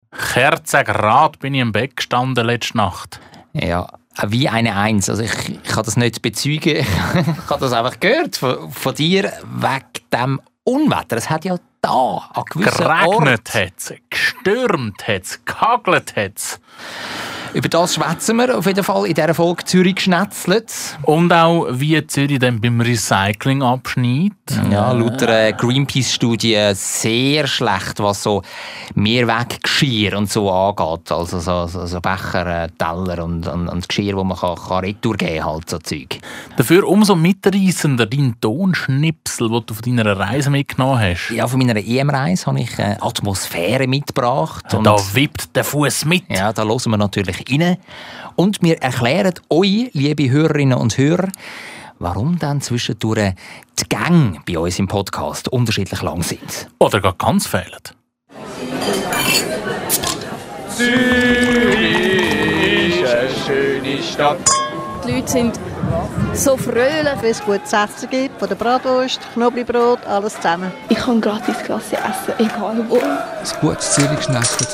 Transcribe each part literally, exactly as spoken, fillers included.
Kerzengrad bin ich im Bett gestanden letzte Nacht. Ja, wie eine Eins. Also ich, ich kann das nicht bezeugen. Ich habe das einfach gehört von, von dir wegen dem Unwetter. Es hat ja da an gewissen Orten... Geregnet hat es, gestürmt hat es, gehagelt hat es. Über das schwätzen wir auf jeden Fall in dieser Folge Zürich geschnetzelt. Und auch, wie Zürich dann beim Recycling abschneidet. Ja, laut einer Greenpeace-Studie sehr schlecht, was so Mehrweggeschirr und so angeht. Also so, so, so Becher, Teller und, und, und Geschirr, wo man kann, kann retour geben kann, halt so Zeug. Dafür umso mitreissender dein Tonschnipsel, den du von deiner Reise mitgenommen hast. Ja, von meiner E M-Reise habe ich äh, Atmosphäre mitgebracht. Und da wippt der Fuß mit. Ja, da hören wir natürlich rein. Und wir erklären euch, liebe Hörerinnen und Hörer, warum dann zwischendurch die Gänge bei uns im Podcast unterschiedlich lang sind. Oder gar ganz fehlen. Zürich ist eine schöne Stadt. Die Leute sind so fröhlich, wenn es gutes Essen gibt, von der Bratwurst, Knoblauchbrot, alles zusammen. Ich kann gratis Klasse essen, egal wo. Ein gutes Zürich geschnetzelt.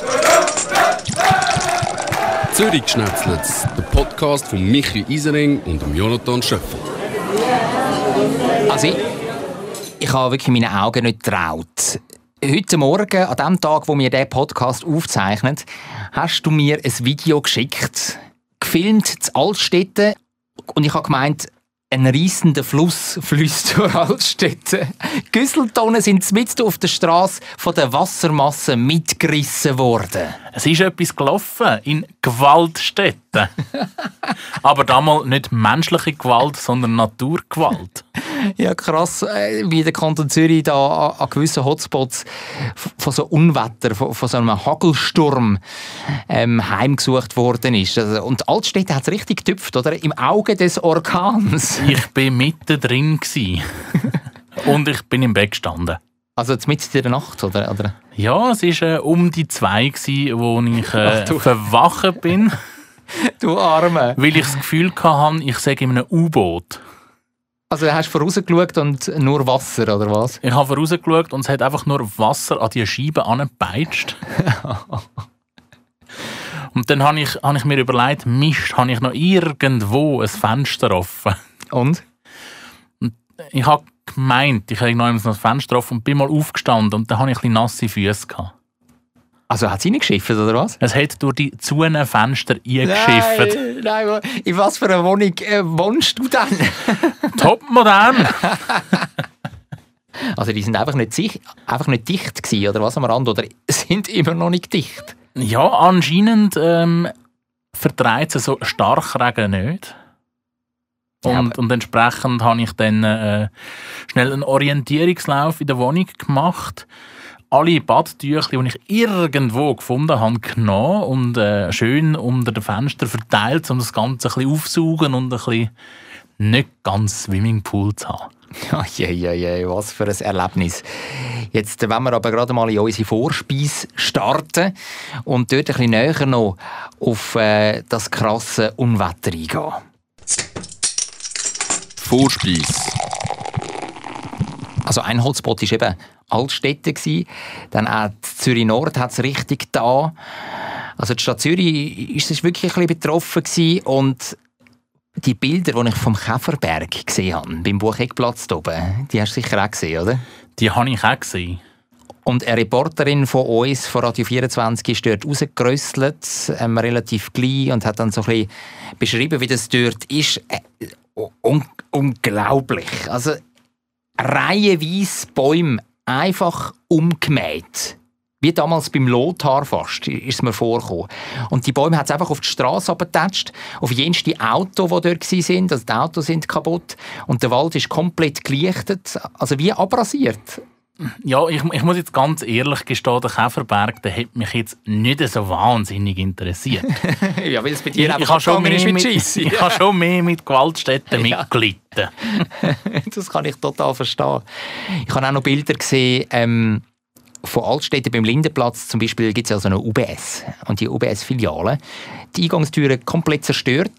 Zürich geschnetzelt, der Podcast von Michi Isering und Jonathan Schöffel. Also ich, ich habe wirklich meinen Augen nicht getraut. Heute Morgen, an dem Tag, wo wir diesen Podcast aufzeichnen, hast du mir ein Video geschickt, gefilmt in Altstädte. Und ich habe gemeint, ein reissender Fluss fließt durch Altstädte. Güsseltonnen sind mitten auf der Straße von der Wassermasse mitgerissen worden. Es ist etwas gelaufen in Gewaltstätten. Aber damals nicht menschliche Gewalt, sondern Naturgewalt. Ja, krass, wie der Kanton Zürich da an gewissen Hotspots von so Unwetter, von, von so einem Hagelsturm ähm, heimgesucht worden ist. Also, und Altstädte hat es richtig getüpft, oder? Im Auge des Orkans. Ich war mittendrin und ich bin im Bett gestanden. Also mitten in der Nacht, oder? oder? Ja, es war äh, um die zwei, gewesen, wo ich äh, Ach, verwacht bin. Du Arme. Weil ich das Gefühl hatte, ich sei in einem U-Boot. Also hast du vorausgeschaut und nur Wasser, oder was? Ich habe vorausgeschaut und es hat einfach nur Wasser an die Scheibe angepeitscht. Und dann habe ich, habe ich mir überlegt, Mist, habe ich noch irgendwo ein Fenster offen. Und? Und ich habe gemeint, ich habe noch ein Fenster offen und bin mal aufgestanden und dann hatte ich ein bisschen nasse Füße gehabt. Also hat es reingeschifft, oder was? Es hat durch die zugehenden Fenster eingeschifft. Nein, nein, in was für einer Wohnung äh, wohnst du denn? Top modern! Also die sind einfach nicht, sich, einfach nicht dicht gewesen, oder was am Rand? Oder sind immer noch nicht dicht? Ja, anscheinend ähm, vertreibt es so Starkregen nicht. Und, ja, und entsprechend habe ich dann äh, schnell einen Orientierungslauf in der Wohnung gemacht. Alle Badtücher, die ich irgendwo gefunden habe, genommen und äh, schön unter den Fenstern verteilt, um das Ganze ein bisschen aufsaugen und ein bisschen nicht ganz Swimmingpool zu haben. Ja, ja, ja, ja, was für ein Erlebnis. Jetzt wollen wir aber gerade mal in unsere Vorspeise starten und dort ein bisschen näher noch auf äh, das krasse Unwetter eingehen. Vorspeise. Also ein Hotspot war eben Altstädte. Dann auch Zürich Nord hat es richtig da. Also die Stadt Zürich war wirklich ein bisschen betroffen und die Bilder, die ich vom Käferberg gesehen habe, beim Bucheckplatz oben, die hast du sicher auch gesehen, oder? Die habe ich auch gesehen. Und eine Reporterin von uns, von Radio vierundzwanzig, ist dort rausgerösselt, ähm, relativ klein, und hat dann so ein bisschen beschrieben, wie das dort ist. Äh, un- unglaublich. Also reihenweise Bäume einfach umgemäht. Wie damals beim Lothar fast, ist es mir vorgekommen. Und die Bäume hat es einfach auf die Straße abgetatscht, auf jenste Auto, die dort waren. Also die Autos sind kaputt. Und der Wald ist komplett gelichtet, also wie abrasiert. Ja, ich, ich muss jetzt ganz ehrlich gestehen, der Käferberg, der hat mich jetzt nicht so wahnsinnig interessiert. Ja, weil es bei dir ich, einfach schon mehr ist mit mit, Scheisse. Ich habe schon mehr mit Gewaltstätten ja. mitgelitten. Das kann ich total verstehen. Ich habe auch noch Bilder gesehen, ähm, von Altstädten beim Lindenplatz zum Beispiel gibt es ja so eine U B S. Und die U B S-Filiale, die Eingangstüren komplett zerstört.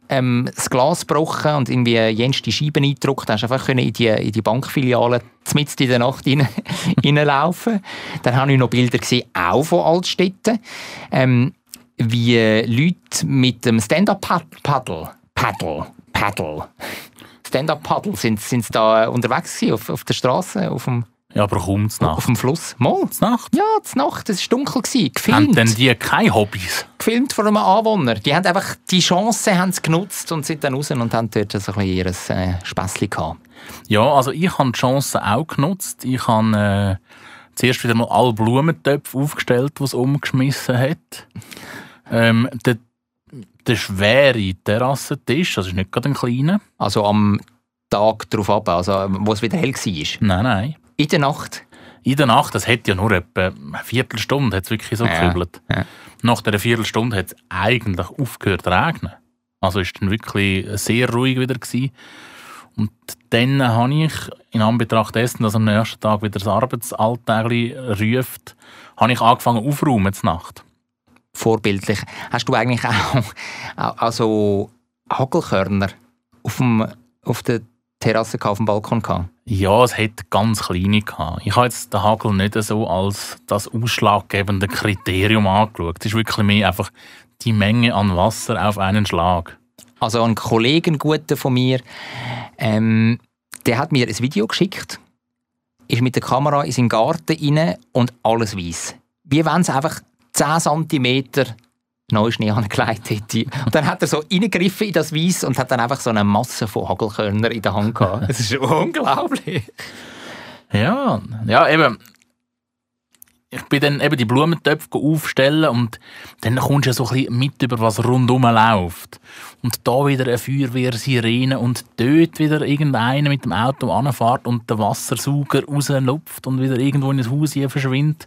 ähm, das Glas gebrochen und irgendwie jenste Scheiben eingedrückt. Da hast du einfach in die, in die Bankfiliale mitten in der Nacht rein, reinlaufen. Dann habe ich noch Bilder gesehen, auch von Altstädten, ähm, wie Leute mit dem Stand-Up-Paddle, Paddle, Paddle, Stand-Up-Paddle sind, sind da unterwegs gewesen, auf, auf der Straße, auf dem Ja, aber kaum zur Nacht. Auf dem Fluss. Mal. Zur Nacht? Ja, zur Nacht. Es war dunkel. Gefilmt. Haben denn die keine Hobbys? Gefilmt von einem Anwohner. Die haben einfach die Chance haben sie genutzt und sind dann raus und haben dort so ein ihr äh, Späßchen gehabt. Ja, also ich habe die Chance auch genutzt. Ich habe äh, zuerst wieder mal alle Blumentöpfe aufgestellt, die es umgeschmissen hat. Ähm, der, der schwere Terrassentisch, das ist nicht gerade ein kleiner. Also am Tag darauf ab, also wo es wieder hell war? Nein, nein. In der Nacht? In der Nacht, das hat ja nur etwa eine Viertelstunde hat's wirklich so ja. gekübelt. Ja. Nach dieser Viertelstunde hat es eigentlich aufgehört zu regnen. Also war es dann wirklich sehr ruhig wieder gewesen. Und dann habe ich, in Anbetracht dessen, dass am nächsten Tag wieder das Arbeitsalltag ruft, habe ich angefangen aufzuräumen zur Nacht. Vorbildlich. Hast du eigentlich auch also Hagelkörner auf, dem, auf der Terrasse auf dem Balkon gehabt? Ja, es hat ganz kleine gehabt. Ich habe jetzt den Hagel nicht so als das ausschlaggebende Kriterium angeschaut. Es ist wirklich mehr einfach die Menge an Wasser auf einen Schlag. Also ein Kollegen guter von mir, ähm, der hat mir ein Video geschickt, ist mit der Kamera in seinen Garten rein und alles weiss. Wie wenn es einfach zehn Zentimeter Neuschnee angelegt hätte. Und dann hat er so reingegriffen in das Weiss und hat dann einfach so eine Masse von Hagelkörnern in der Hand gehabt. Das ist unglaublich. Ja, ja, eben. Ich bin dann eben die Blumentöpfe aufstellen und dann kommst du ja so ein bisschen mit, über was rundherum läuft. Und da wieder eine Feuerwehrsirene und dort wieder irgendeiner mit dem Auto anfährt und den Wassersauger rauslupft und wieder irgendwo in ein Haus hier verschwindet.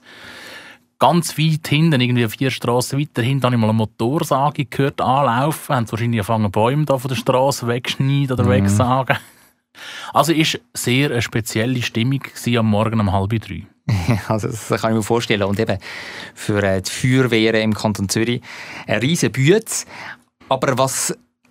Ganz weit hinten, irgendwie vier Strassen weiter hinten, habe ich mal eine Motorsage gehört anlaufen. Haben wahrscheinlich angefangen, Bäume da von der Straße wegschneiden oder mm. wegsagen. Also es war sehr eine spezielle Stimmung am Morgen um halb drei. Also das kann ich mir vorstellen. Und eben für die Feuerwehren im Kanton Zürich eine riesen Bühne. Aber was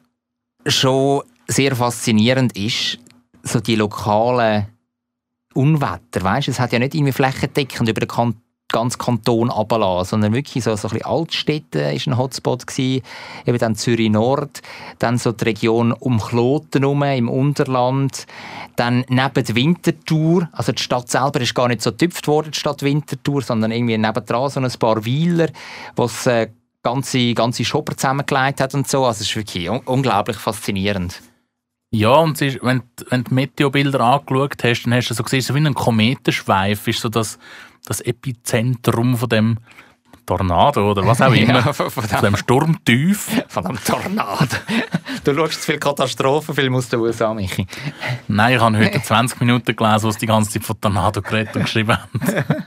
schon sehr faszinierend ist, so die lokalen Unwetter. Weißt? Es hat ja nicht irgendwie flächendeckend über den Kanton ganz Kanton runterlassen, sondern wirklich so, so ein bisschen Altstädte war ein Hotspot gewesen, eben dann Zürich Nord, dann so die Region um Kloten herum, im Unterland, dann neben der Winterthur, also die Stadt selber ist gar nicht so getüpft worden, die Stadt Winterthur, sondern irgendwie nebendran so ein paar Weiler, wo es äh, ganze, ganze Schopper zusammengelegt hat und so, also es ist wirklich un- unglaublich faszinierend. Ja, und ist, wenn, wenn du Meteobilder angeschaut hast, dann hast du so gesehen, so wie ein Kometenschweif ist so das das Epizentrum von dem Tornado oder was auch immer, ja, von, von, von dem Sturmtief. Von dem Tornado. Du schaust zu viele Katastrophenfilme aus den U S A, Michi. Nein, ich habe heute zwanzig Minuten gelesen, wo sie die ganze Zeit von Tornado geredet und geschrieben haben.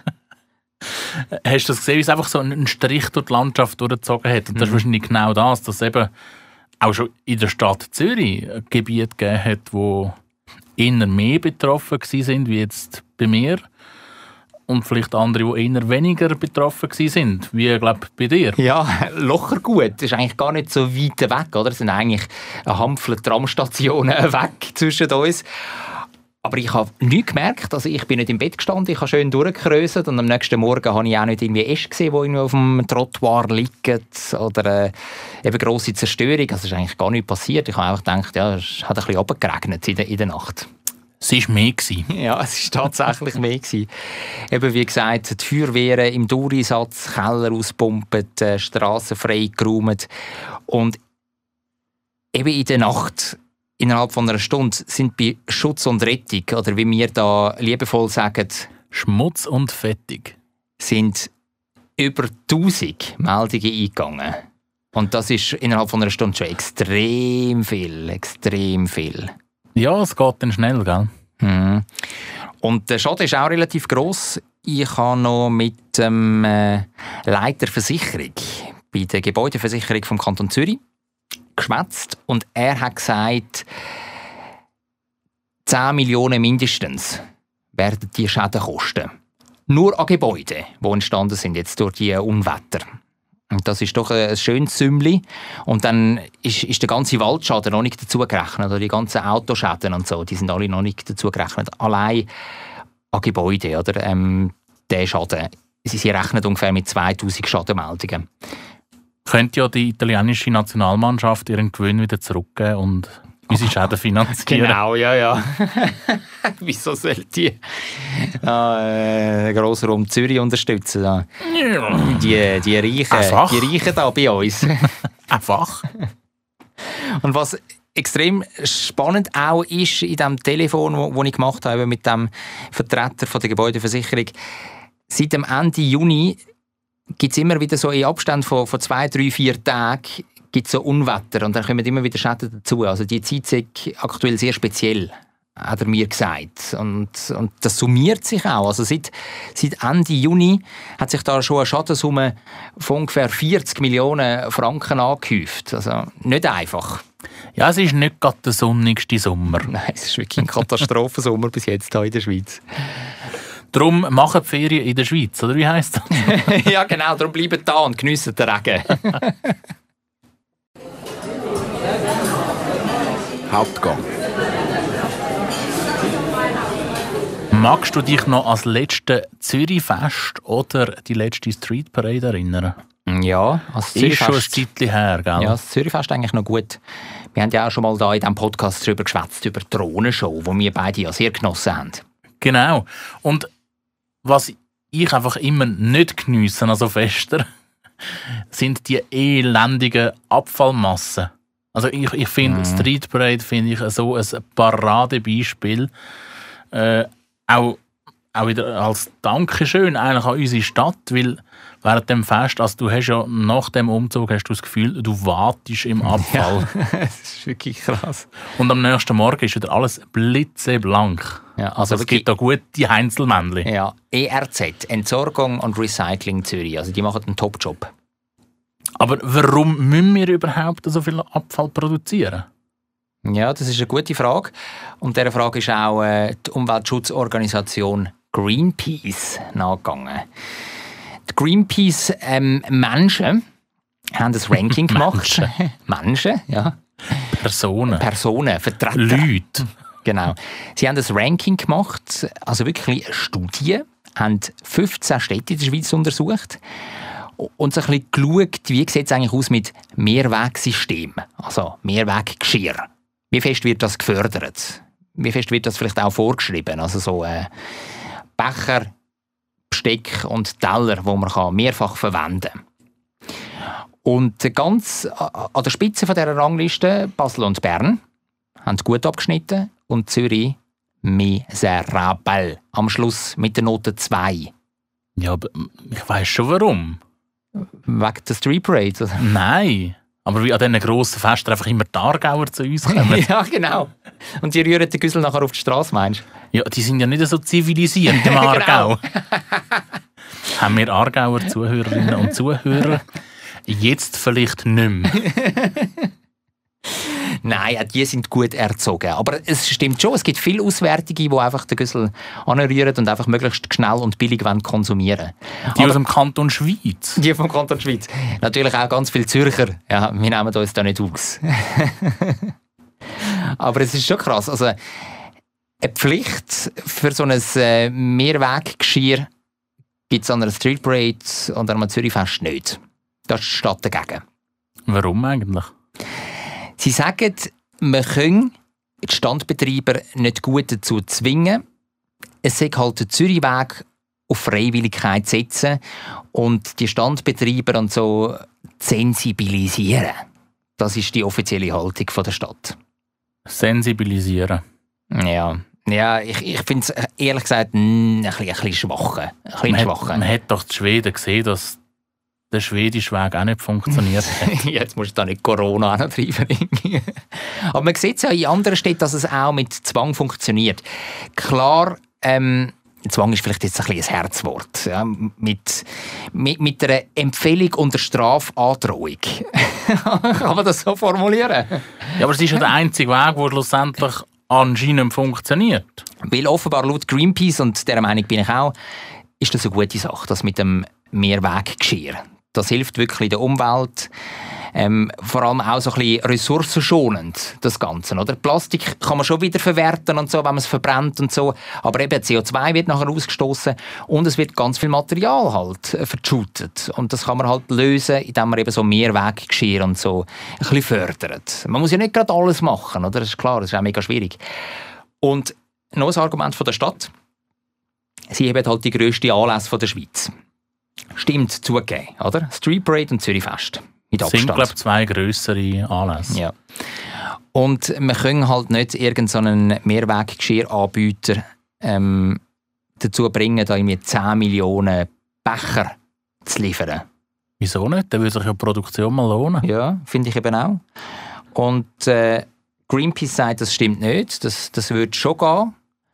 Hast du das gesehen, wie es einfach so einen Strich durch die Landschaft durchgezogen hat? Und das ist wahrscheinlich genau das, dass es eben auch schon in der Stadt Zürich ein Gebiet gegeben hat, wo eher mehr betroffen waren, wie jetzt bei mir. Und vielleicht andere, die eher weniger betroffen waren, wie glaub, bei dir. Ja, locker gut. Das ist eigentlich gar nicht so weit weg. Oder? Es sind eigentlich eine Handvoll Tramstationen weg zwischen uns. Aber ich habe nichts gemerkt. Also ich bin nicht im Bett gestanden, ich habe schön durchgekröselt und am nächsten Morgen habe ich auch nicht irgendwie Äste gesehen, die irgendwie auf dem Trottoir liegen oder äh, eben grosse Zerstörung. Also es ist eigentlich gar nichts passiert. Ich habe einfach gedacht, ja, es hat ein bisschen runtergeregnet in der, in der Nacht. Es war mehr. Ja, es war tatsächlich mehr. Eben wie gesagt, die Feuerwehren im Dauereinsatz, Keller auspumpen, äh, Strassen frei geräumt. Und eben in der Nacht, innerhalb von einer Stunde, sind bei Schutz und Rettung, oder wie wir da liebevoll sagen, Schmutz und Fettig, sind über tausend Meldungen eingegangen. Und das ist innerhalb von einer Stunde schon extrem viel, extrem viel. Ja, es geht dann schnell, gell? Mhm. Und der Schaden ist auch relativ gross. Ich habe noch mit dem äh, Leiter Versicherung bei der Gebäudeversicherung vom Kanton Zürich geschwätzt und er hat gesagt, zehn Millionen mindestens werden die Schäden kosten. Nur an Gebäuden, die entstanden sind jetzt durch die Unwetter. Das ist doch ein schönes Sümmli. Und dann ist, ist der ganze Waldschaden noch nicht dazu gerechnet. Oder die ganzen Autoschäden und so, die sind alle noch nicht dazu gerechnet. Allein an Gebäuden, oder? Ähm, der Schaden. Sie, sie rechnen ungefähr mit zweitausend Schadenmeldungen. Könnte ja die italienische Nationalmannschaft ihren Gewinn wieder zurückgeben und unsere Schäden finanzieren. Genau, ja, ja. Wieso soll die ah, äh, Grossraum Zürich unterstützen? Ja. Die, die, Reichen, Einfach. die Reichen da bei uns. Einfach. Und was extrem spannend auch ist in dem Telefon, wo, wo ich gemacht habe mit dem Vertreter von der Gebäudeversicherung, seit dem Ende Juni gibt es immer wieder so in Abständen von, von zwei, drei, vier Tagen gibt es so Unwetter und dann kommen immer wieder Schäden dazu. Also die Zeit ist aktuell sehr speziell, hat er mir gesagt. Und, und das summiert sich auch. Also seit, seit Ende Juni hat sich da schon eine Schadenssumme von ungefähr vierzig Millionen Franken angehäuft. Also nicht einfach. Ja, es ist nicht gerade der sonnigste Sommer. Nein, es ist wirklich ein Katastrophensommer bis jetzt hier in der Schweiz. Darum machen die Ferien in der Schweiz, oder wie heisst das? Ja, genau, darum bleiben da und geniessen den Regen. Hauptgang. Magst du dich noch an das letzte Zürich-Fest oder die letzte Street Parade erinnern? Ja, als Ist schon ein Zeitchen her, gell? Ja, das Zürich-Fest eigentlich noch gut. Wir haben ja auch schon mal da in diesem Podcast darüber geschwätzt, über die Drohnenshow, die wir beide ja sehr genossen haben. Genau. Und was ich einfach immer nicht geniesse an so Festen, sind die elendigen Abfallmassen. Also ich, ich finde, mm. Street Parade finde ich so ein Paradebeispiel. Äh, auch, auch wieder als Dankeschön eigentlich an unsere Stadt, weil während dem Fest, also du hast ja nach dem Umzug hast du das Gefühl, du wartest im Abfall. Ja, das ist wirklich krass. Und am nächsten Morgen ist wieder alles blitzeblank. Ja, also also es wirklich, gibt da gut die Heinzelmännchen. Ja, E R Z, Entsorgung und Recycling Zürich, also die machen einen Top-Job. Aber warum müssen wir überhaupt so viel Abfall produzieren? Ja, das ist eine gute Frage. Und dieser Frage ist auch äh, die Umweltschutzorganisation Greenpeace nachgegangen. Die Greenpeace-Menschen ähm, haben ein Ranking gemacht. Menschen. Menschen, ja. Personen. Personen, Vertreter. Leute. Genau. Sie haben ein Ranking gemacht, also wirklich eine Studie, haben fünfzehn Städte in der Schweiz untersucht und so ein bisschen geschaut, wie sieht es eigentlich aus mit Mehrwegsystemen, also Mehrweggeschirr. Wie fest wird das gefördert? Wie fest wird das vielleicht auch vorgeschrieben? Also so äh, Becher, Besteck und Teller, die man mehrfach verwenden kann. Und ganz an der Spitze dieser Rangliste, Basel und Bern, haben gut abgeschnitten und Zürich miserabel. Am Schluss mit der Note zwei. Ja, aber ich weiss schon warum. Wegen der Street Parade? Nein. Aber wie an diesen grossen Festen einfach immer die Aargauer zu uns kommen. Ja, genau. Und die rühren den Güssel nachher auf die Straße, meinst du? Ja, die sind ja nicht so zivilisiert im Aargau. Haben wir Aargauer Zuhörerinnen und Zuhörer? Jetzt vielleicht nicht mehr. Nein, die sind gut erzogen. Aber es stimmt schon, es gibt viele Auswärtige, die einfach den Güssel anrühren und einfach möglichst schnell und billig konsumieren wollen. Die Aber aus dem Kanton Schweiz? Die vom Kanton Schweiz. Natürlich auch ganz viele Zürcher. Ja, wir nehmen uns da nicht aus. Aber es ist schon krass. Also, eine Pflicht für so ein äh, Mehrweggeschirr gibt es an einer Street Parade und an einem Zürichfest nicht. Das steht dagegen. Warum eigentlich? Sie sagen, man könne die Standbetreiber nicht gut dazu zwingen. Es sei halt der Zürichweg auf Freiwilligkeit setzen und die Standbetreiber und so sensibilisieren. Das ist die offizielle Haltung von der Stadt. Sensibilisieren? Ja, ja ich, ich finde es ehrlich gesagt ein bisschen, ein bisschen schwach. Ein bisschen man, schwach. Hat, man hat doch die Schweden gesehen, dass der schwedische Weg auch nicht funktioniert hat. Jetzt musst du da nicht Corona antreiben. Aber man sieht es ja in anderen Städten, dass es auch mit Zwang funktioniert. Klar, ähm, Zwang ist vielleicht jetzt ein bisschen ein Herzwort. Ja, mit, mit, mit einer Empfehlung unter Strafandrohung. Kann man das so formulieren? Ja, aber es ist ja der einzige Weg, der schlussendlich anscheinend funktioniert. Weil offenbar laut Greenpeace, und dieser Meinung bin ich auch, ist das eine gute Sache, das mit dem Mehrweggeschirr. das hilft wirklich der Umwelt. Ähm, vor allem auch so ein bisschen ressourcenschonend, das Ganze. Oder? Plastik kann man schon wieder verwerten, und so, wenn man es verbrennt und so. Aber eben C O zwei wird nachher ausgestoßen und es wird ganz viel Material halt äh, verschüttet. Und das kann man halt lösen, indem man eben so Mehrweggeschirr und so ein bisschen fördert. Man muss ja nicht gerade alles machen, oder? Das ist klar, das ist auch mega schwierig. Und noch ein Argument von der Stadt. Sie haben halt die grössten Anlässe von der Schweiz. Stimmt, zugegeben, oder? Street Parade und Zürichfest. Das sind, glaube ich, zwei grössere Anlässe. Ja. Und wir können halt nicht irgendeinen Mehrweggeschirranbieter ähm, dazu bringen, da irgendwie zehn Millionen Becher zu liefern. Wieso nicht? Dann würde sich ja die Produktion mal lohnen. Ja, finde ich eben auch. Und äh, Greenpeace sagt, das stimmt nicht. Das, das würde schon gehen.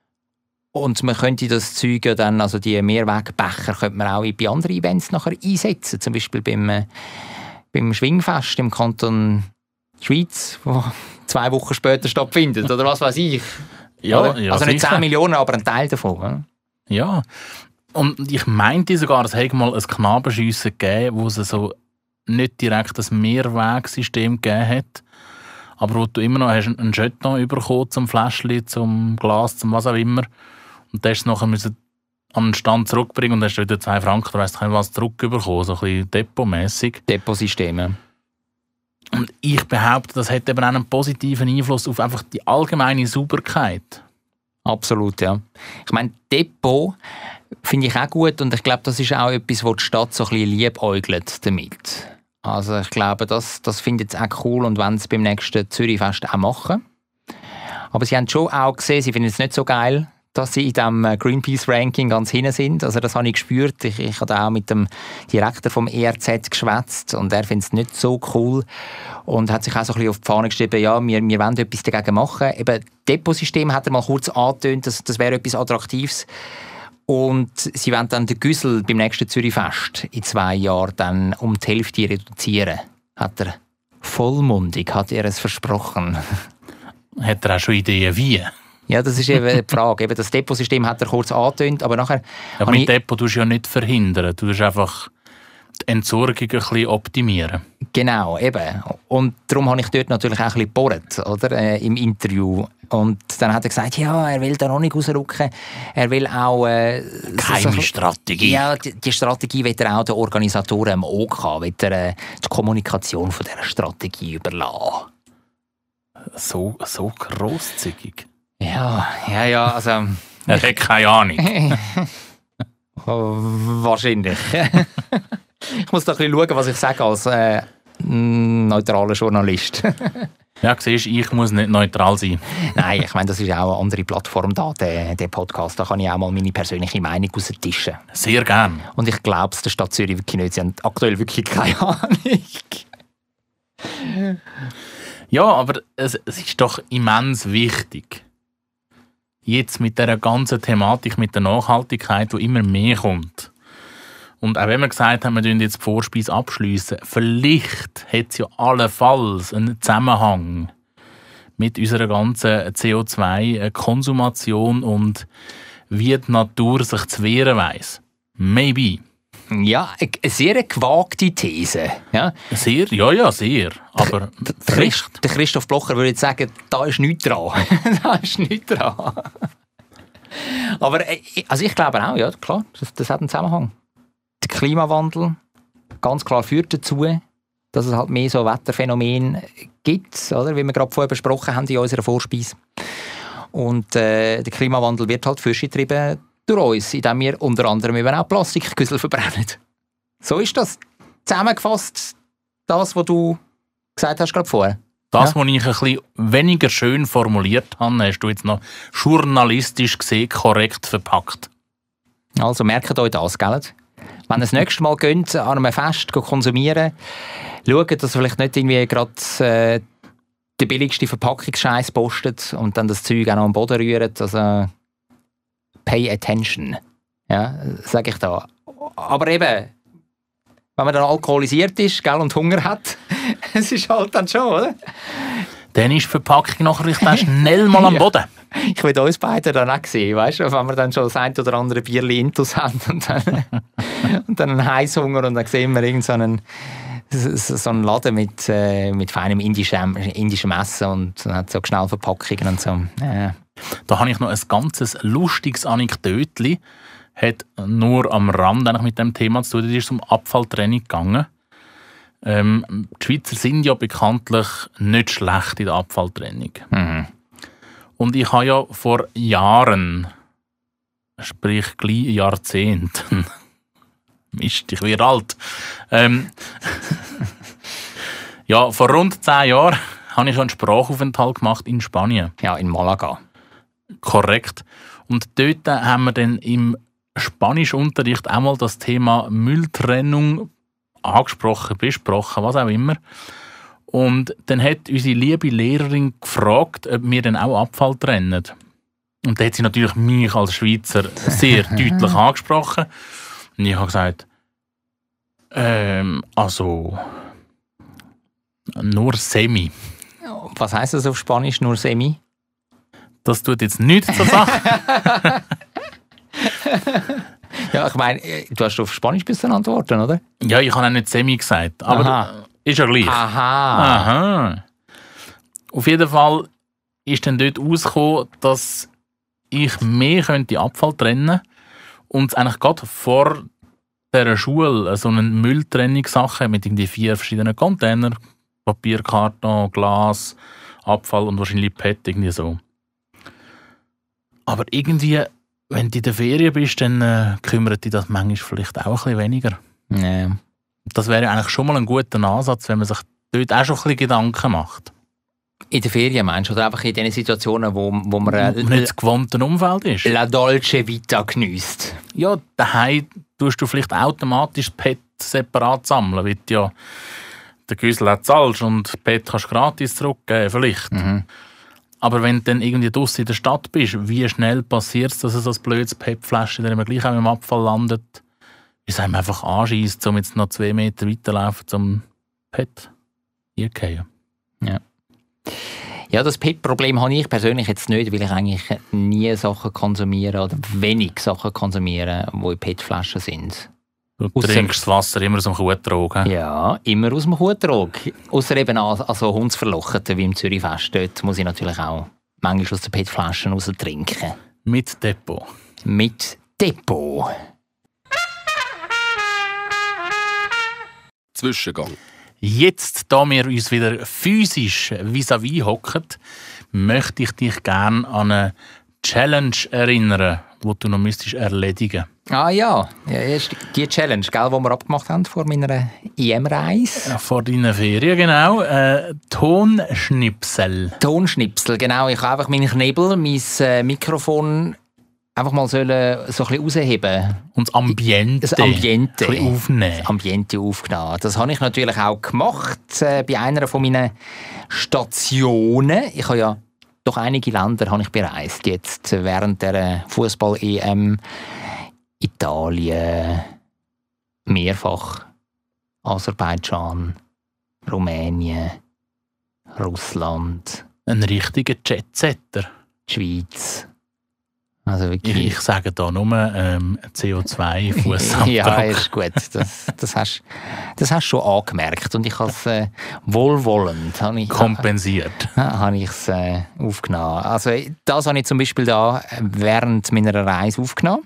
Und man könnte das Zeug ja dann, also die Mehrwegbecher, könnte man auch bei anderen Events nachher einsetzen. Zum Beispiel beim, äh, beim Schwingfest im Kanton Schweiz, wo zwei Wochen später stattfindet. Oder was weiß ich. Ja, ja, also nicht sicher. zehn Millionen, aber ein Teil davon. Oder? Ja. Und ich meinte sogar, es hätte mal ein Knabenschiessen gegeben, wo es so nicht direkt ein Mehrwegsystem gegeben hat, aber wo du immer noch hast einen Jeton bekommen zum Fläschchen, zum Glas, zum was auch immer. Und das nachher müssen an den Stand zurückbringen und hast wieder zwei Franken, du weißt nicht was, zurückbekommen, so ein bisschen depotmässig. Depotsysteme. Und ich behaupte, das hat eben auch einen positiven Einfluss auf einfach die allgemeine Sauberkeit. Absolut, ja. Ich meine, Depot finde ich auch gut und ich glaube, das ist auch etwas, wo die Stadt so ein bisschen liebäugelt damit. Also ich glaube, das, das findet sie auch cool und wollen es beim nächsten Zürichfest auch machen. Aber sie haben schon auch gesehen, sie finden es nicht so geil, dass sie in diesem Greenpeace-Ranking ganz hinten sind. Also das habe ich gespürt. Ich, ich habe auch mit dem Direktor vom E R Z geschwätzt und er findet es nicht so cool und hat sich auch so ein bisschen auf die Fahne geschrieben, ja, wir, wir wollen etwas dagegen machen. Eben, Depotsystem hat er mal kurz angetönt, das, das wäre etwas Attraktives. Und sie wollen dann den Güssel beim nächsten Zürichfest in zwei Jahren dann um die Hälfte reduzieren. Hat er vollmundig, hat er es versprochen. Hat er auch schon Ideen, wie? Ja, das ist eben die Frage. Eben das Depotsystem hat er kurz angetönt, aber nachher... Aber mit ich... Depot tust du ja nicht verhindern. Du tust einfach die Entsorgung ein bisschen optimieren. Genau, eben. Und darum habe ich dort natürlich auch ein bisschen gebohrt, oder? Äh, im Interview. Und dann hat er gesagt, ja, er will da noch nicht rausrücken. Er will auch... Äh, Geheime so, Strategie. Ja, die, die Strategie will er auch den Organisatoren am O K, will er äh, die Kommunikation von dieser Strategie überlassen. So, so grosszügig. Ja, ja, ja, also... Er hat keine Ahnung. oh, wahrscheinlich. Ich muss da ein bisschen schauen, was ich sage als äh, neutraler Journalist. Ja, siehst du, ich muss nicht neutral sein. Nein, ich meine, das ist auch eine andere Plattform da, der, der Podcast. Da kann ich auch mal meine persönliche Meinung raustischen. Sehr gern. Und ich glaube es der Stadt Zürich wirklich nicht. Sie haben aktuell wirklich keine Ahnung. Ja, aber es, es ist doch immens wichtig. Jetzt mit dieser ganzen Thematik, mit der Nachhaltigkeit, die immer mehr kommt. Und auch wenn wir gesagt haben, wir schliessen jetzt die Vorspeise abschliessen, vielleicht hat es ja allenfalls einen Zusammenhang mit unserer ganzen C O zwei Konsumation und wie die Natur sich zu wehren weiss. Maybe. Ja, eine sehr gewagte These. Ja, sehr, ja, ja, sehr. Aber der, der, Christ, der Christoph Blocher würde jetzt sagen, da ist nichts dran. da ist nichts dran. Aber also ich glaube auch, ja, klar, das, das hat einen Zusammenhang. Der Klimawandel ganz klar führt dazu, dass es halt mehr so Wetterphänomene gibt, oder? Wie wir gerade vorher besprochen haben in unserer Vorspeise. Und äh, der Klimawandel wird halt fürstengetrieben durch uns, indem wir unter anderem eben auch Plastikgüssel verbrennen. So ist das. Zusammengefasst, das, was du gesagt hast gerade vorher. Das, ja? was ich ein bisschen weniger schön formuliert habe, hast du jetzt noch journalistisch gesehen korrekt verpackt. Also merkt euch das, gell? Wenn ihr das nächste Mal geht, an einem Fest konsumieren, schaut, dass ihr vielleicht nicht irgendwie gerade äh, den billigsten Verpackungsscheiß postet und dann das Zeug auch noch am Boden rührt. Also pay attention, ja, sage ich da. Aber eben, wenn man dann alkoholisiert ist, gell, und Hunger hat, es ist halt dann schon, oder? Dann ist die Verpackung nachher dann schnell mal am Boden. Ich will uns beide dann auch sehen, weißt du, wenn wir dann schon das ein oder andere Bierli intus haben und dann, und dann einen Heisshunger und dann sehen wir irgend so einen, so einen Laden mit, äh, mit feinem indischem, indischem Essen und dann hat so schnell Verpackungen und so. Äh. Da habe ich noch ein ganz lustiges Anekdötchen, hat nur am Rand eigentlich mit dem Thema zu tun. Das ist um Abfalltrennung gegangen. Ähm, die Schweizer sind ja bekanntlich nicht schlecht in der Abfalltrennung. Mhm. Und ich habe ja vor Jahren, sprich gleich Jahrzehnten, Mist, ich werde alt, ähm, ja, vor rund zehn Jahren habe ich einen Sprachaufenthalt gemacht in Spanien. Ja, in Malaga. Korrekt. Und dort haben wir dann im Spanischunterricht auch mal das Thema Mülltrennung angesprochen, besprochen, was auch immer. Und dann hat unsere liebe Lehrerin gefragt, ob wir dann auch Abfall trennen. Und da hat sie natürlich mich als Schweizer sehr deutlich angesprochen. Und ich habe gesagt, ähm, also nur semi. Was heisst das auf Spanisch, nur semi? Das tut jetzt nichts zur Sache. Ja, ich meine, du hast auf Spanisch bis dann antworten, oder? Ja, ich habe auch nicht semi gesagt, aber Aha. ist ja gleich. Aha. Aha. Auf jeden Fall ist dann dort rausgekommen, dass ich mehr könnte Abfall trennen und es eigentlich gerade vor dieser Schule so eine Mülltrennungssache mit irgendwie vier verschiedenen Containern, Papier, Karton, Glas, Abfall und wahrscheinlich P E T, irgendwie so. Aber irgendwie, wenn du in der Ferien bist, dann äh, kümmert dich das manchmal vielleicht auch ein bisschen weniger. Ja. Das wäre eigentlich schon mal ein guter Ansatz, wenn man sich dort auch schon ein bisschen Gedanken macht. In der Ferien meinst du? Oder einfach in den Situationen, wo, wo man äh, nicht das gewohnte Umfeld ist. La Dolce Vita geniesst. Ja, daheim tust du vielleicht automatisch P E T separat sammeln, weil du ja den Güssel auch zahlst und P E T kannst du gratis zurückgeben, vielleicht. Mhm. Aber wenn du dann irgendwie draussen in der Stadt bist, wie schnell passiert es, dass es so ein blödes P E T-Fläschchen, dann gleich auch im Abfall landet, bis einem einfach anschießt, um jetzt noch zwei Meter weiterlaufen zum P E T einzugehen. Ja. Ja, das P E T-Problem habe ich persönlich jetzt nicht, weil ich eigentlich nie Sachen konsumiere oder wenig Sachen konsumiere, die in P E T-Flaschen sind. Du Ausser, trinkst das Wasser immer aus dem Kuhtrog. Ja, immer aus dem Kuhtrog. Außer eben also Hundsverlocheten wie im Zürichfest. Dort muss ich natürlich auch manchmal aus den P E T-Flaschen raus trinken. Mit Depot. Mit Depot. Zwischengang. Jetzt, da wir uns wieder physisch vis-à-vis hocken, möchte ich dich gerne an eine Challenge erinnern, die du noch müsstest erledigen. Ah ja, ja die Challenge, gell, die wir abgemacht haben vor meiner I M-Reise. Vor deinen Ferien, genau. Äh, Tonschnipsel. Tonschnipsel, genau. Ich habe einfach meinen Knebel, mein äh, Mikrofon einfach mal sollen, so ein bisschen rausheben. Und das Ambiente. Das Ambiente. Ein bisschen aufnehmen. Das Ambiente aufgenommen. Das habe ich natürlich auch gemacht äh, bei einer von meinen Stationen. Ich habe ja doch einige Länder habe ich bereist jetzt während der Fußball-E M. Italien, mehrfach Aserbaidschan, Rumänien, Russland. Ein richtiger Jetsetter. Die Schweiz. Also wirklich. Ich, ich sage da nur ähm, C O zwei Fußabdruck. Ja, ist gut. Das, das hast das hast schon angemerkt. Und ich habe es äh, wohlwollend habe ich, kompensiert. Äh, habe ich es äh, aufgenommen. Also das habe ich zum Beispiel da während meiner Reise aufgenommen.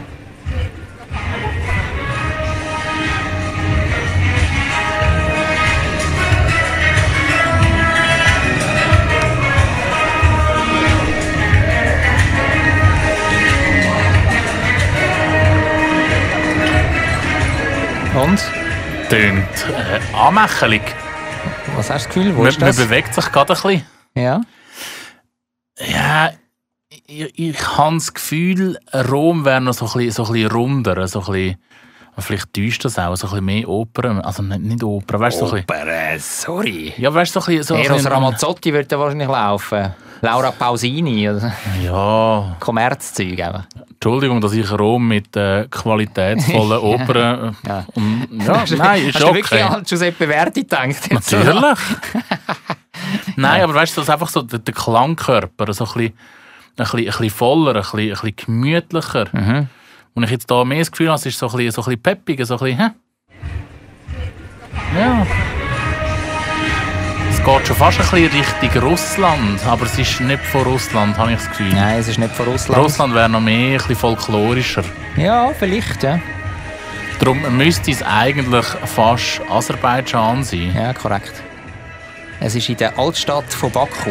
Und? Tönt äh, anmächelig. Was hast du das Gefühl? Wo Man, ist das? man bewegt sich gerade ein bisschen. Ja. Ja, ich, ich habe das Gefühl, Rom wäre noch so ein bisschen, so ein bisschen runder. So ein bisschen, vielleicht täuscht das auch, so ein bisschen mehr Oper. Also nicht, nicht Oper, weißt du? So Oper, sorry. Ja, weißt du, so ein bisschen... So Eros bisschen, Ramazzotti würde wahrscheinlich laufen. Laura Pausini. Oder? Ja. Kommerzzeug einfach. Entschuldigung, dass ich Rom mit äh, qualitätsvollen Opern... Äh, Ja. Und, ja, nein, ist Hast okay. du wirklich an Giuseppe Verdi gedacht? Natürlich. Nein, aber weißt du, das ist einfach so der, der Klangkörper, so ein bisschen, ein bisschen, ein bisschen voller, ein bisschen, ein bisschen gemütlicher. Mhm. Und ich jetzt da mehr das Gefühl habe, es ist so ein bisschen, so ein bisschen peppiger, so ein bisschen, hä? Ja. Es geht schon fast ein bisschen Richtung Russland, aber es ist nicht von Russland, habe ich das Gefühl. Nein, es ist nicht von Russland. Russland wäre noch mehr, ein bisschen folklorischer. Ja, vielleicht, ja. Darum müsste es eigentlich fast Aserbaidschan sein. Ja, korrekt. Es ist in der Altstadt von Baku.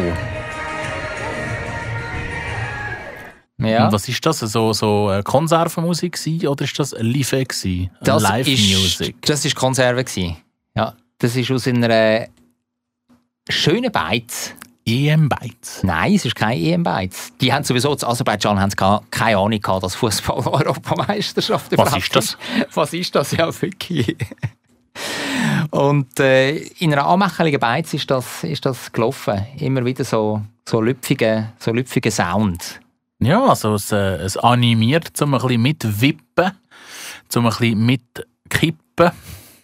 Ja. Und was ist das? So, so Konservenmusik gewesen, oder ist das Live gewesen? Das Live ist, Music? Das war Konserve gewesen. Ja, das ist aus einer schönen Beiz. E M-Beiz? Nein, es ist kein E M-Beiz. Die haben sowieso, in Aserbaidschan haben sie keine Ahnung gehabt, dass Fußball-Europameisterschaft Was ist das? Was ist das? Ja, wirklich. Und äh, in einer anmächeligen Beiz ist das, ist das gelaufen. Immer wieder so, so lüpfiger so lüpfige Sound. Ja, also es, äh, es animiert, um ein bisschen mitwippen, um ein bisschen mitkippen.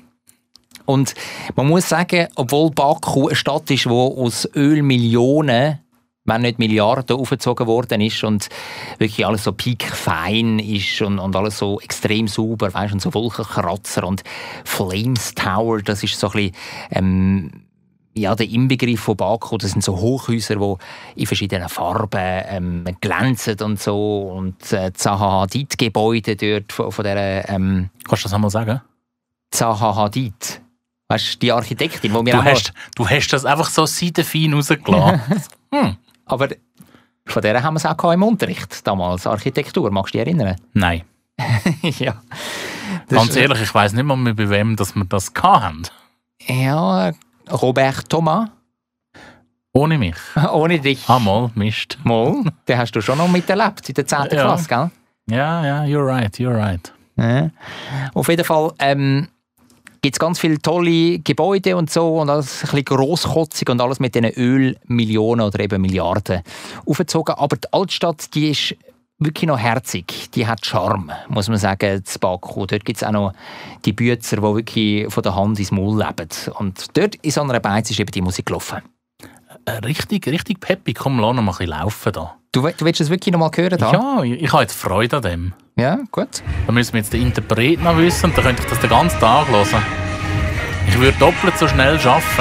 Und man muss sagen, obwohl Baku eine Stadt ist, die aus Ölmillionen, wenn nicht Milliarden, aufgezogen worden ist und wirklich alles so piekfein ist und, und alles so extrem sauber, weißt, und so Wolkenkratzer und Flames Tower, das ist so ein bisschen, ähm, ja, der Inbegriff von Baku. Das sind so Hochhäuser, die in verschiedenen Farben ähm, glänzen und so. Und äh, Zaha Hadid-Gebäude dort von, von dieser... Ähm, Kannst du das einmal sagen? Zaha Hadid. Weißt du, die Architektin, die mir du auch hast, du hast das einfach so seitenfein rausgelassen. hm. Aber von der haben wir es auch im Unterricht damals, Architektur. Magst du dich erinnern? Nein. Ja. Ganz ehrlich, ich weiss nicht mal mehr, bei wem dass wir das hatten. Ja, Robert Thomas. Ohne mich? Ohne dich. Ah, mal, Mist. Mal, den hast du schon noch miterlebt in der zehnten Ja. Klasse, gell? Ja, ja, you're right, you're right. Ja. Auf jeden Fall ähm, gibt es ganz viele tolle Gebäude und so und alles ein bisschen grosskotzig und alles mit diesen Ölmillionen oder eben Milliarden aufgezogen. Aber die Altstadt, die ist wirklich noch herzig. Die hat Charme, muss man sagen, zu Baku. Dort gibt es auch noch die Büzer, die wirklich von der Hand ins Maul leben. Und dort in so einer Beiz ist eben die Musik gelaufen. Richtig, richtig peppig. Komm, lass noch mal ein bisschen laufen da. Du, du willst das wirklich noch mal hören? Da? Ja, ich, ich habe jetzt Freude an dem. Ja, gut. Da müssen wir jetzt den Interpret noch wissen und dann könnte ich das den ganzen Tag hören. Ich würde doppelt so schnell arbeiten.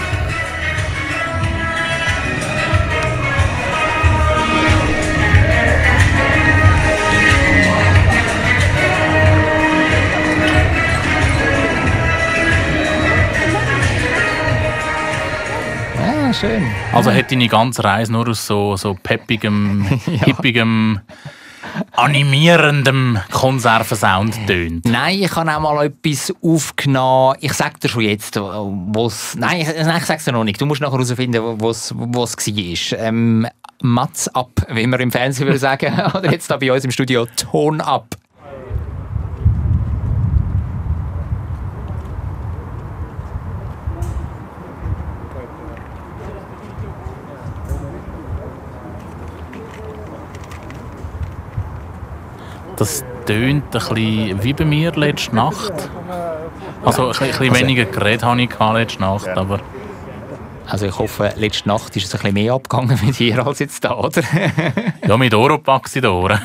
Ja, schön. Also hätte deine ganze Reise nur aus so, so peppigem, Ja. hippigem, animierendem Konservensound tönt. Nein, ich habe auch mal etwas aufgenommen. Ich sage dir schon jetzt, was. Nein, ich, nein, ich sage es dir noch nicht. Du musst nachher herausfinden, was was war. Ähm, Mats ab, wie wir im Fernsehen würde sagen. Oder jetzt da bei uns im Studio Ton ab. Das tönt ein bisschen wie bei mir letzte Nacht. Also ein bisschen, ein bisschen weniger geredet habe ich letzte Nacht, aber... Also ich hoffe, letzte Nacht ist es ein bisschen mehr abgegangen mit dir als jetzt da, oder? Ja, mit Oropax in den Ohren.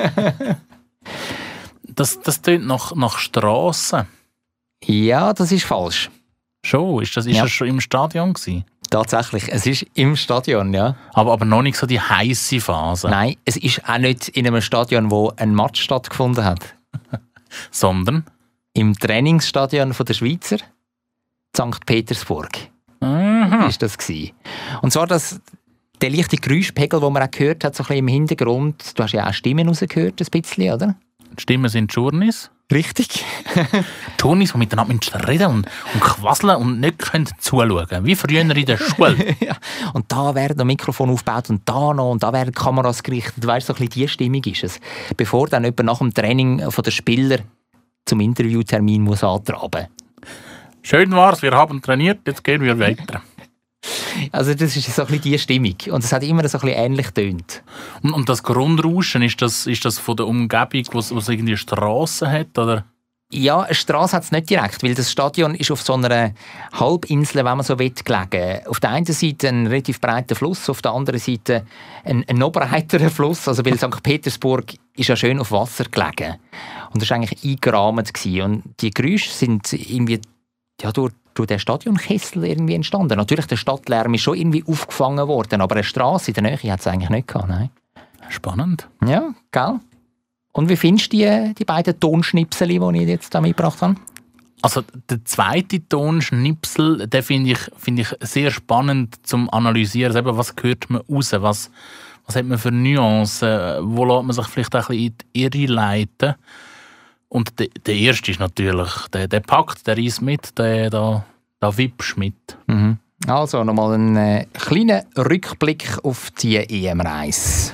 Das, das tönt nach, nach Strassen. Ja, das ist falsch. Schon? Ist das, ist Ja. das schon im Stadion gewesen? Tatsächlich, es ist im Stadion, ja. Aber, aber noch nicht so die heisse Phase. Nein, es ist auch nicht in einem Stadion, wo ein Match stattgefunden hat. Sondern? Im Trainingsstadion von der Schweizer, Sankt Petersburg, Mhm. ist das gewesen. Und zwar das, der leichte Geräuschpegel, den man auch gehört hat, so ein bisschen im Hintergrund. Du hast ja auch Stimmen rausgehört, ein bisschen, oder? Die Stimmen sind Journeys. Richtig. Journeys, die miteinander reden und, und quasseln und nicht können zuschauen. Wie früher in der Schule. Ja. Und da werden noch Mikrofone aufgebaut und da noch und da werden Kameras gerichtet. Weißt du, so ein bisschen die Stimmung ist es. Bevor dann jemand nach dem Training von der Spieler zum Interviewtermin muss antraben. Schön war's, wir haben trainiert, jetzt gehen wir weiter. Also das ist so ein bisschen die Stimmung. Und es hat immer so ein bisschen ähnlich getönt. Und, und das Grundrauschen, ist das, ist das von der Umgebung, wo es irgendwie Strassen hat? Oder? Ja, eine Strasse hat es nicht direkt, weil das Stadion ist auf so einer Halbinsel, wenn man so will, gelegen. Auf der einen Seite ein relativ breiter Fluss, auf der anderen Seite ein, ein noch breiterer Fluss. Also weil Sankt Petersburg ist ja schön auf Wasser gelegen. Und das war eigentlich eingerahmt gewesen. Und die Geräusche sind irgendwie ja, durch, durch den Stadionkessel irgendwie entstanden. Natürlich, der Stadtlärm ist schon irgendwie aufgefangen worden, aber eine Strasse in der Nähe hat es eigentlich nicht gehabt. Nein. Spannend. Ja, gell? Und wie findest du die, die beiden Tonschnipsel, die ich jetzt da mitgebracht habe? Also der zweite Tonschnipsel, den finde ich, find ich sehr spannend zum Analysieren. Also eben, was hört man raus? Was, was hat man für Nuancen? Wo lässt man sich vielleicht auch ein bisschen in die Irre leiten? Und der, der erste ist natürlich, der, der packt, der reisst mit, der da, da wippst mit. Mhm. Also nochmal einen äh, kleinen Rückblick auf die E M-Reise.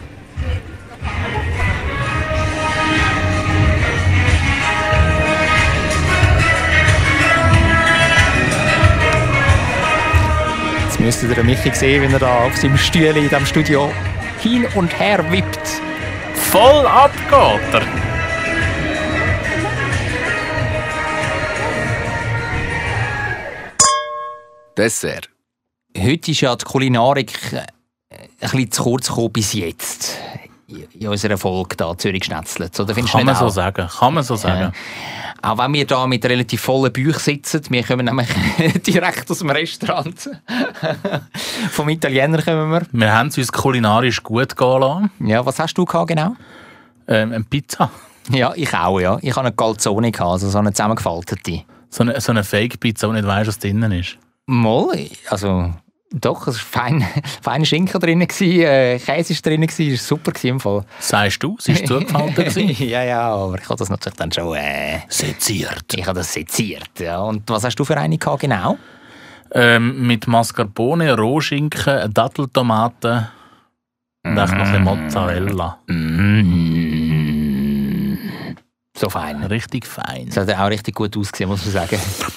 Jetzt müsstet ihr Michi sehen, wie er da auf seinem Stuhl in diesem Studio hin und her wippt. Voll abgeht er! Dessert. Heute ist ja die Kulinarik ein bisschen zu kurz gekommen bis jetzt in unserer Folge da Zürich schnetzelt. Oder findest du Kann nicht man so auch? sagen. Kann man so sagen. Ja. Auch wenn wir da mit relativ vollen Büchern sitzen, wir kommen nämlich direkt aus dem Restaurant. Vom Italiener kommen wir. Wir haben es uns kulinarisch gut gehen lassen. Ja, was hast du gehabt, genau? Ähm, eine Pizza. Ja, ich auch, ja. Ich habe eine Calzone gehabt, also so eine zusammengefaltete. So eine, so eine Fake-Pizza, wo nicht weißt, was drinnen ist. Mal, also doch, es war fein, feiner Schinken drin, äh, Käse war drin, es war super im Fall. Sagst du, es war zugefallen? Ja, ja, aber ich habe das natürlich dann schon... Äh, seziert. Ich habe das seziert, ja. Und was hast du für eine gehabt, genau? Ähm, mit Mascarpone, Rohschinken, Datteltomaten und auch noch ein bisschen Mozzarella. Mm. So fein. Richtig fein. Das hat auch richtig gut ausgesehen, muss man sagen.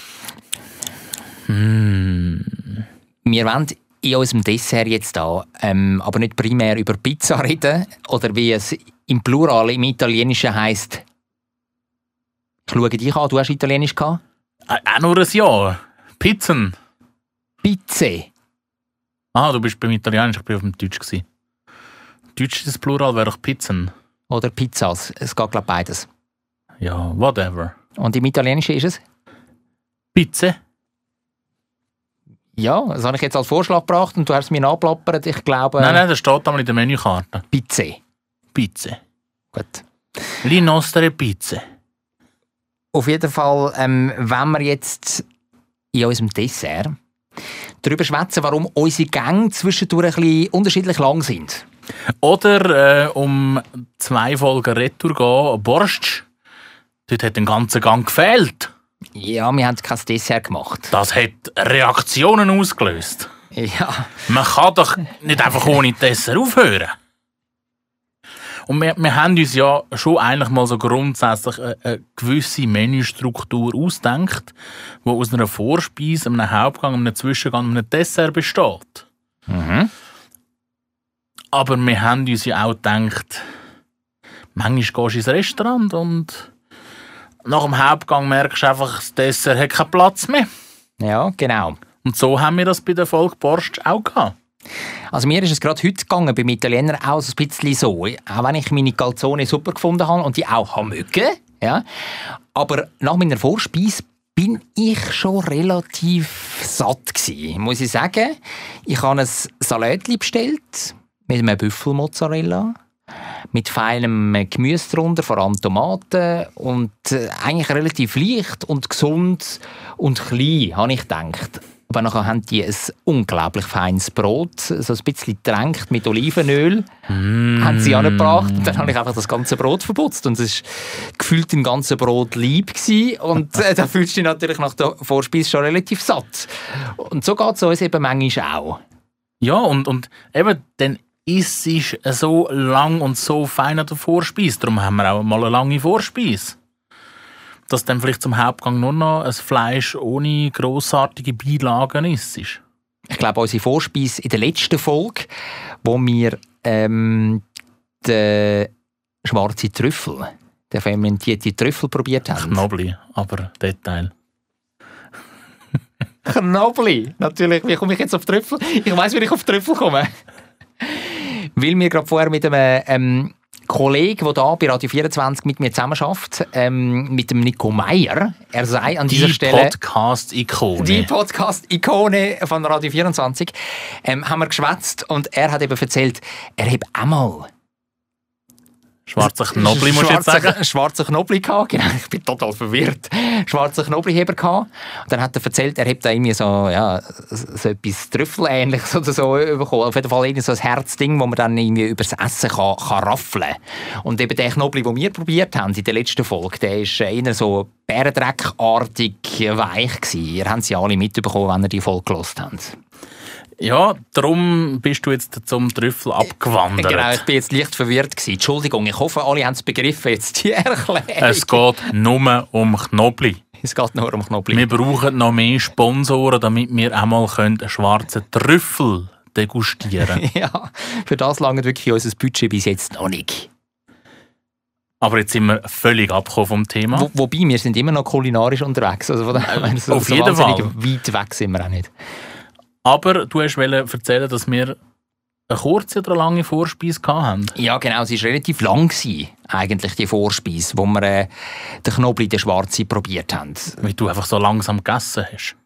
Mm. Wir wollen in unserem Dessert jetzt da, ähm, aber nicht primär über Pizza reden, oder wie es im Plural im Italienischen heisst. Ich schaue dich an, du hast Italienisch gehabt? Äh, auch nur ein Jahr. Pizzen. Pizze. Ah, du bist beim Italienisch, ich bin auf dem Deutsch gewesen. Deutsch das Plural wäre doch Pizzen. Oder Pizzas. Es geht, glaube ich, beides. Ja, whatever. Und im Italienischen ist es? Pizze. Ja, das habe ich jetzt als Vorschlag gebracht und du hast es mir nachplappert. Ich glaube... Nein, nein, das steht einmal in der Menükarte. Pizze. Pizze. Gut. Le nostre Pizze. Auf jeden Fall, ähm, wenn wir jetzt in unserem Dessert darüber schwätzen, warum unsere Gänge zwischendurch ein bisschen unterschiedlich lang sind. Oder äh, um zwei Folgen Retour gehen, Borscht. Dort hat ein ganzer Gang gefehlt. Ja, wir haben kein Dessert gemacht. Das hat Reaktionen ausgelöst. Ja. Man kann doch nicht einfach ohne Dessert aufhören. Und wir, wir haben uns ja schon eigentlich mal so grundsätzlich eine, eine gewisse Menüstruktur ausgedacht, die aus einer Vorspeise, einem Hauptgang, einem Zwischengang und einem Dessert besteht. Mhm. Aber wir haben uns ja auch gedacht, manchmal gehst du ins Restaurant und nach dem Hauptgang merkst du einfach, das Dessert hat keinen Platz mehr. Ja, genau. Und so haben wir das bei der Folge Borscht auch gehabt. Also mir ist es gerade heute gegangen, beim Italiener auch so ein bisschen so. Auch wenn ich meine Calzone super gefunden habe und die auch haben mögen. Ja. Aber nach meiner Vorspeise bin ich schon relativ satt gewesen, muss ich sagen. Ich habe ein Salatli bestellt mit einem Büffelmozzarella, mit feinem Gemüse drunter, vor allem Tomaten und äh, eigentlich relativ leicht und gesund und klein, habe ich gedacht. Aber nachher haben die ein unglaublich feines Brot, so ein bisschen getränkt mit Olivenöl, mm. haben sie angebracht. Und dann habe ich einfach das ganze Brot verputzt. Und es war gefühlt im ganzen Brot lieb gewesen. Und äh, da fühlst du dich natürlich nach der Vorspeise schon relativ satt. Und so geht es uns eben manchmal auch. Ja, und, und eben, dann ist es so lang und so fein an der Vorspeise. Darum haben wir auch mal eine lange Vorspeise. Dass dann vielleicht zum Hauptgang nur noch ein Fleisch ohne grossartige Beilagen ist. Ich glaube, unsere Vorspeise in der letzten Folge, wo wir ähm, den schwarzen Trüffel den fermentierten Trüffel probiert haben? Knobli, aber Detail. Knobli, natürlich. Wie komme ich jetzt auf Trüffel? Ich weiss, wie ich auf Trüffel komme. Weil wir gerade vorher mit einem ähm, Kollegen, der hier bei Radio vierundzwanzig mit mir zusammenarbeitet, ähm, mit dem Nico Meier, er sei an dieser die Stelle... Podcast-Ikone. Die Podcast-Ikone von Radio vierundzwanzig, ähm, haben wir geschwätzt und er hat eben erzählt, er hat auch mal... Schwarzer Knobli, musst du jetzt sagen? Schwarzer Knobli gehabt, genau, ich bin total verwirrt. Schwarzer Knobliheber gehabt. Und dann hat er erzählt, er hat da irgendwie so, ja, so etwas Trüffelähnliches oder so bekommen. Auf jeden Fall irgendwie so ein Herzding, wo man dann irgendwie übers Essen kann, kann raffeln. Und eben der Knobli, den wir probiert haben in der letzten Folge, der war eher so bärendreckartig weich gewesen. Ihr habt sie alle mitbekommen, wenn ihr die Folge gehört habt. Ja, darum bist du jetzt zum Trüffel abgewandert. Genau, ich bin jetzt leicht verwirrt gewesen. Entschuldigung, ich hoffe, alle haben es begriffen, jetzt die Erklärung. Es geht nur um Knobli. Es geht nur um Knobli. Wir brauchen noch mehr Sponsoren, damit wir einmal einen schwarzen Trüffel degustieren können. Ja, für das langt wirklich unser Budget bis jetzt noch nicht. Aber jetzt sind wir völlig abgekommen vom Thema. Wo, wobei, wir sind immer noch kulinarisch unterwegs. Also von daher, so, Auf so jeden Fall. Weit weg sind wir auch nicht. Aber du wolltest erzählen, dass wir eine kurze oder eine lange Vorspeise hatten. Ja, genau. Es war relativ lang, eigentlich, die Vorspeise, wo wir äh, den Knobli, den Schwarzen, probiert haben. Weil du einfach so langsam gegessen hast.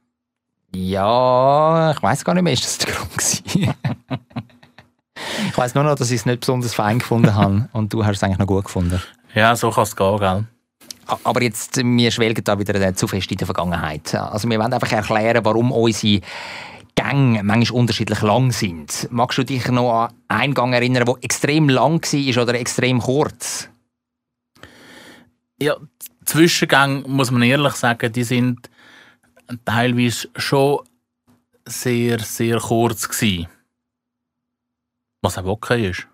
Ja, ich weiss gar nicht mehr, ist das der Grund gewesen? Ich weiss nur noch, dass ich es nicht besonders fein gefunden habe und du hast es eigentlich noch gut gefunden. Ja, so kann es gehen, gell? Aber jetzt, wir schwelgen da wieder zu fest in der Vergangenheit. Also wir wollen einfach erklären, warum unsere Gänge manchmal unterschiedlich lang sind. Magst du dich noch an einen Gang erinnern, der extrem lang war oder extrem kurz? Ja, die Zwischengänge, muss man ehrlich sagen, die sind teilweise schon sehr, sehr kurz gewesen. Was auch okay ist.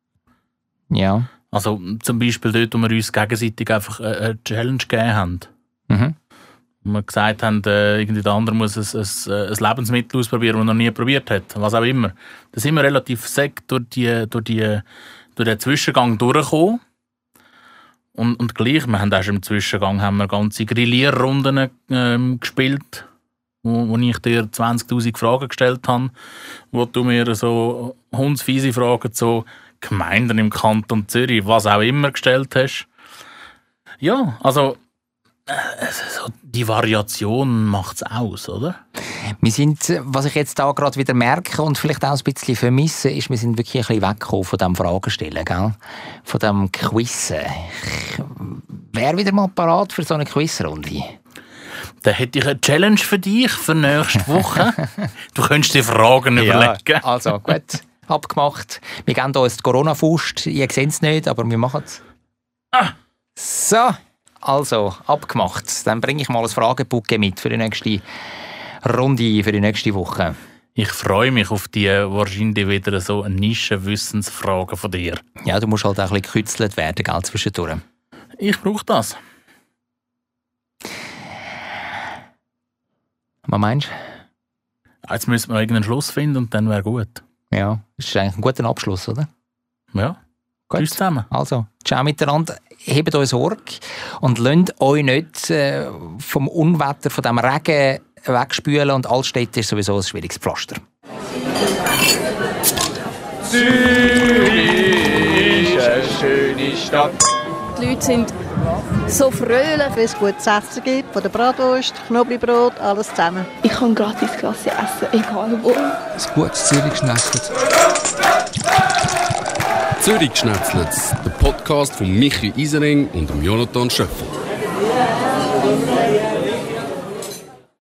Ja. Also zum Beispiel dort, wo wir uns gegenseitig einfach eine Challenge gegeben haben. Mhm. Wo wir gesagt haben, äh, irgendwie der andere muss ein, ein, ein Lebensmittel ausprobieren, das er noch nie probiert hat. Was auch immer. Da sind wir relativ sack durch, die, durch, die, durch den Zwischengang durchgekommen. Und, und gleich, wir haben auch schon im Zwischengang haben wir ganze Grillierrunden ähm, gespielt, wo, wo ich dir zwanzigtausend Fragen gestellt habe, wo du mir so hundsfiese Fragen zu Gemeinden im Kanton Zürich, was auch immer, gestellt hast. Ja, also so die Variation macht es aus, oder? Wir sind, was ich jetzt da gerade wieder merke und vielleicht auch ein bisschen vermisse, ist, wir sind wirklich ein bisschen weggekommen von diesem Fragenstellen, gell? Von diesem Quizzen. Ich wäre wieder mal parat für so eine Quizrunde. Dann hätte ich eine Challenge für dich für nächste Woche. Du könntest dir Fragen ja, überlegen. Also gut, abgemacht. Wir geben uns die Corona-Faust. Ihr seht es nicht, aber wir machen es. Ah. So, also, abgemacht. Dann bringe ich mal ein Fragebuch mit für die nächste Runde, für die nächste Woche. Ich freue mich auf die wahrscheinlich wieder so Nischenwissensfragen von dir. Ja, du musst halt auch ein bisschen gekützelt werden, gell, zwischendurch. Ich brauche das. Was meinst du? Jetzt müssen wir irgendeinen Schluss finden und dann wäre gut. Ja, das ist eigentlich ein guter Abschluss, oder? Ja. Gut. Tschüss zusammen. Also, ciao miteinander. Hebt euch Sorge und lasst euch nicht äh, vom Unwetter, von dem Regen wegspülen. Und Altstädte ist sowieso ein schwieriges Pflaster. Zürich ist eine schöne Stadt. Die Leute sind so fröhlich. Wenn es gutes Essen gibt, von der Bratwurst, Knoblauchbrot, alles zusammen. Ich kann gratis Klasse essen, egal wo. Ein gutes Zürich-Schnetzlitz. Zürich-Schnetzlitz, der Podcast von Michi Isering und Jonathan Schöffel.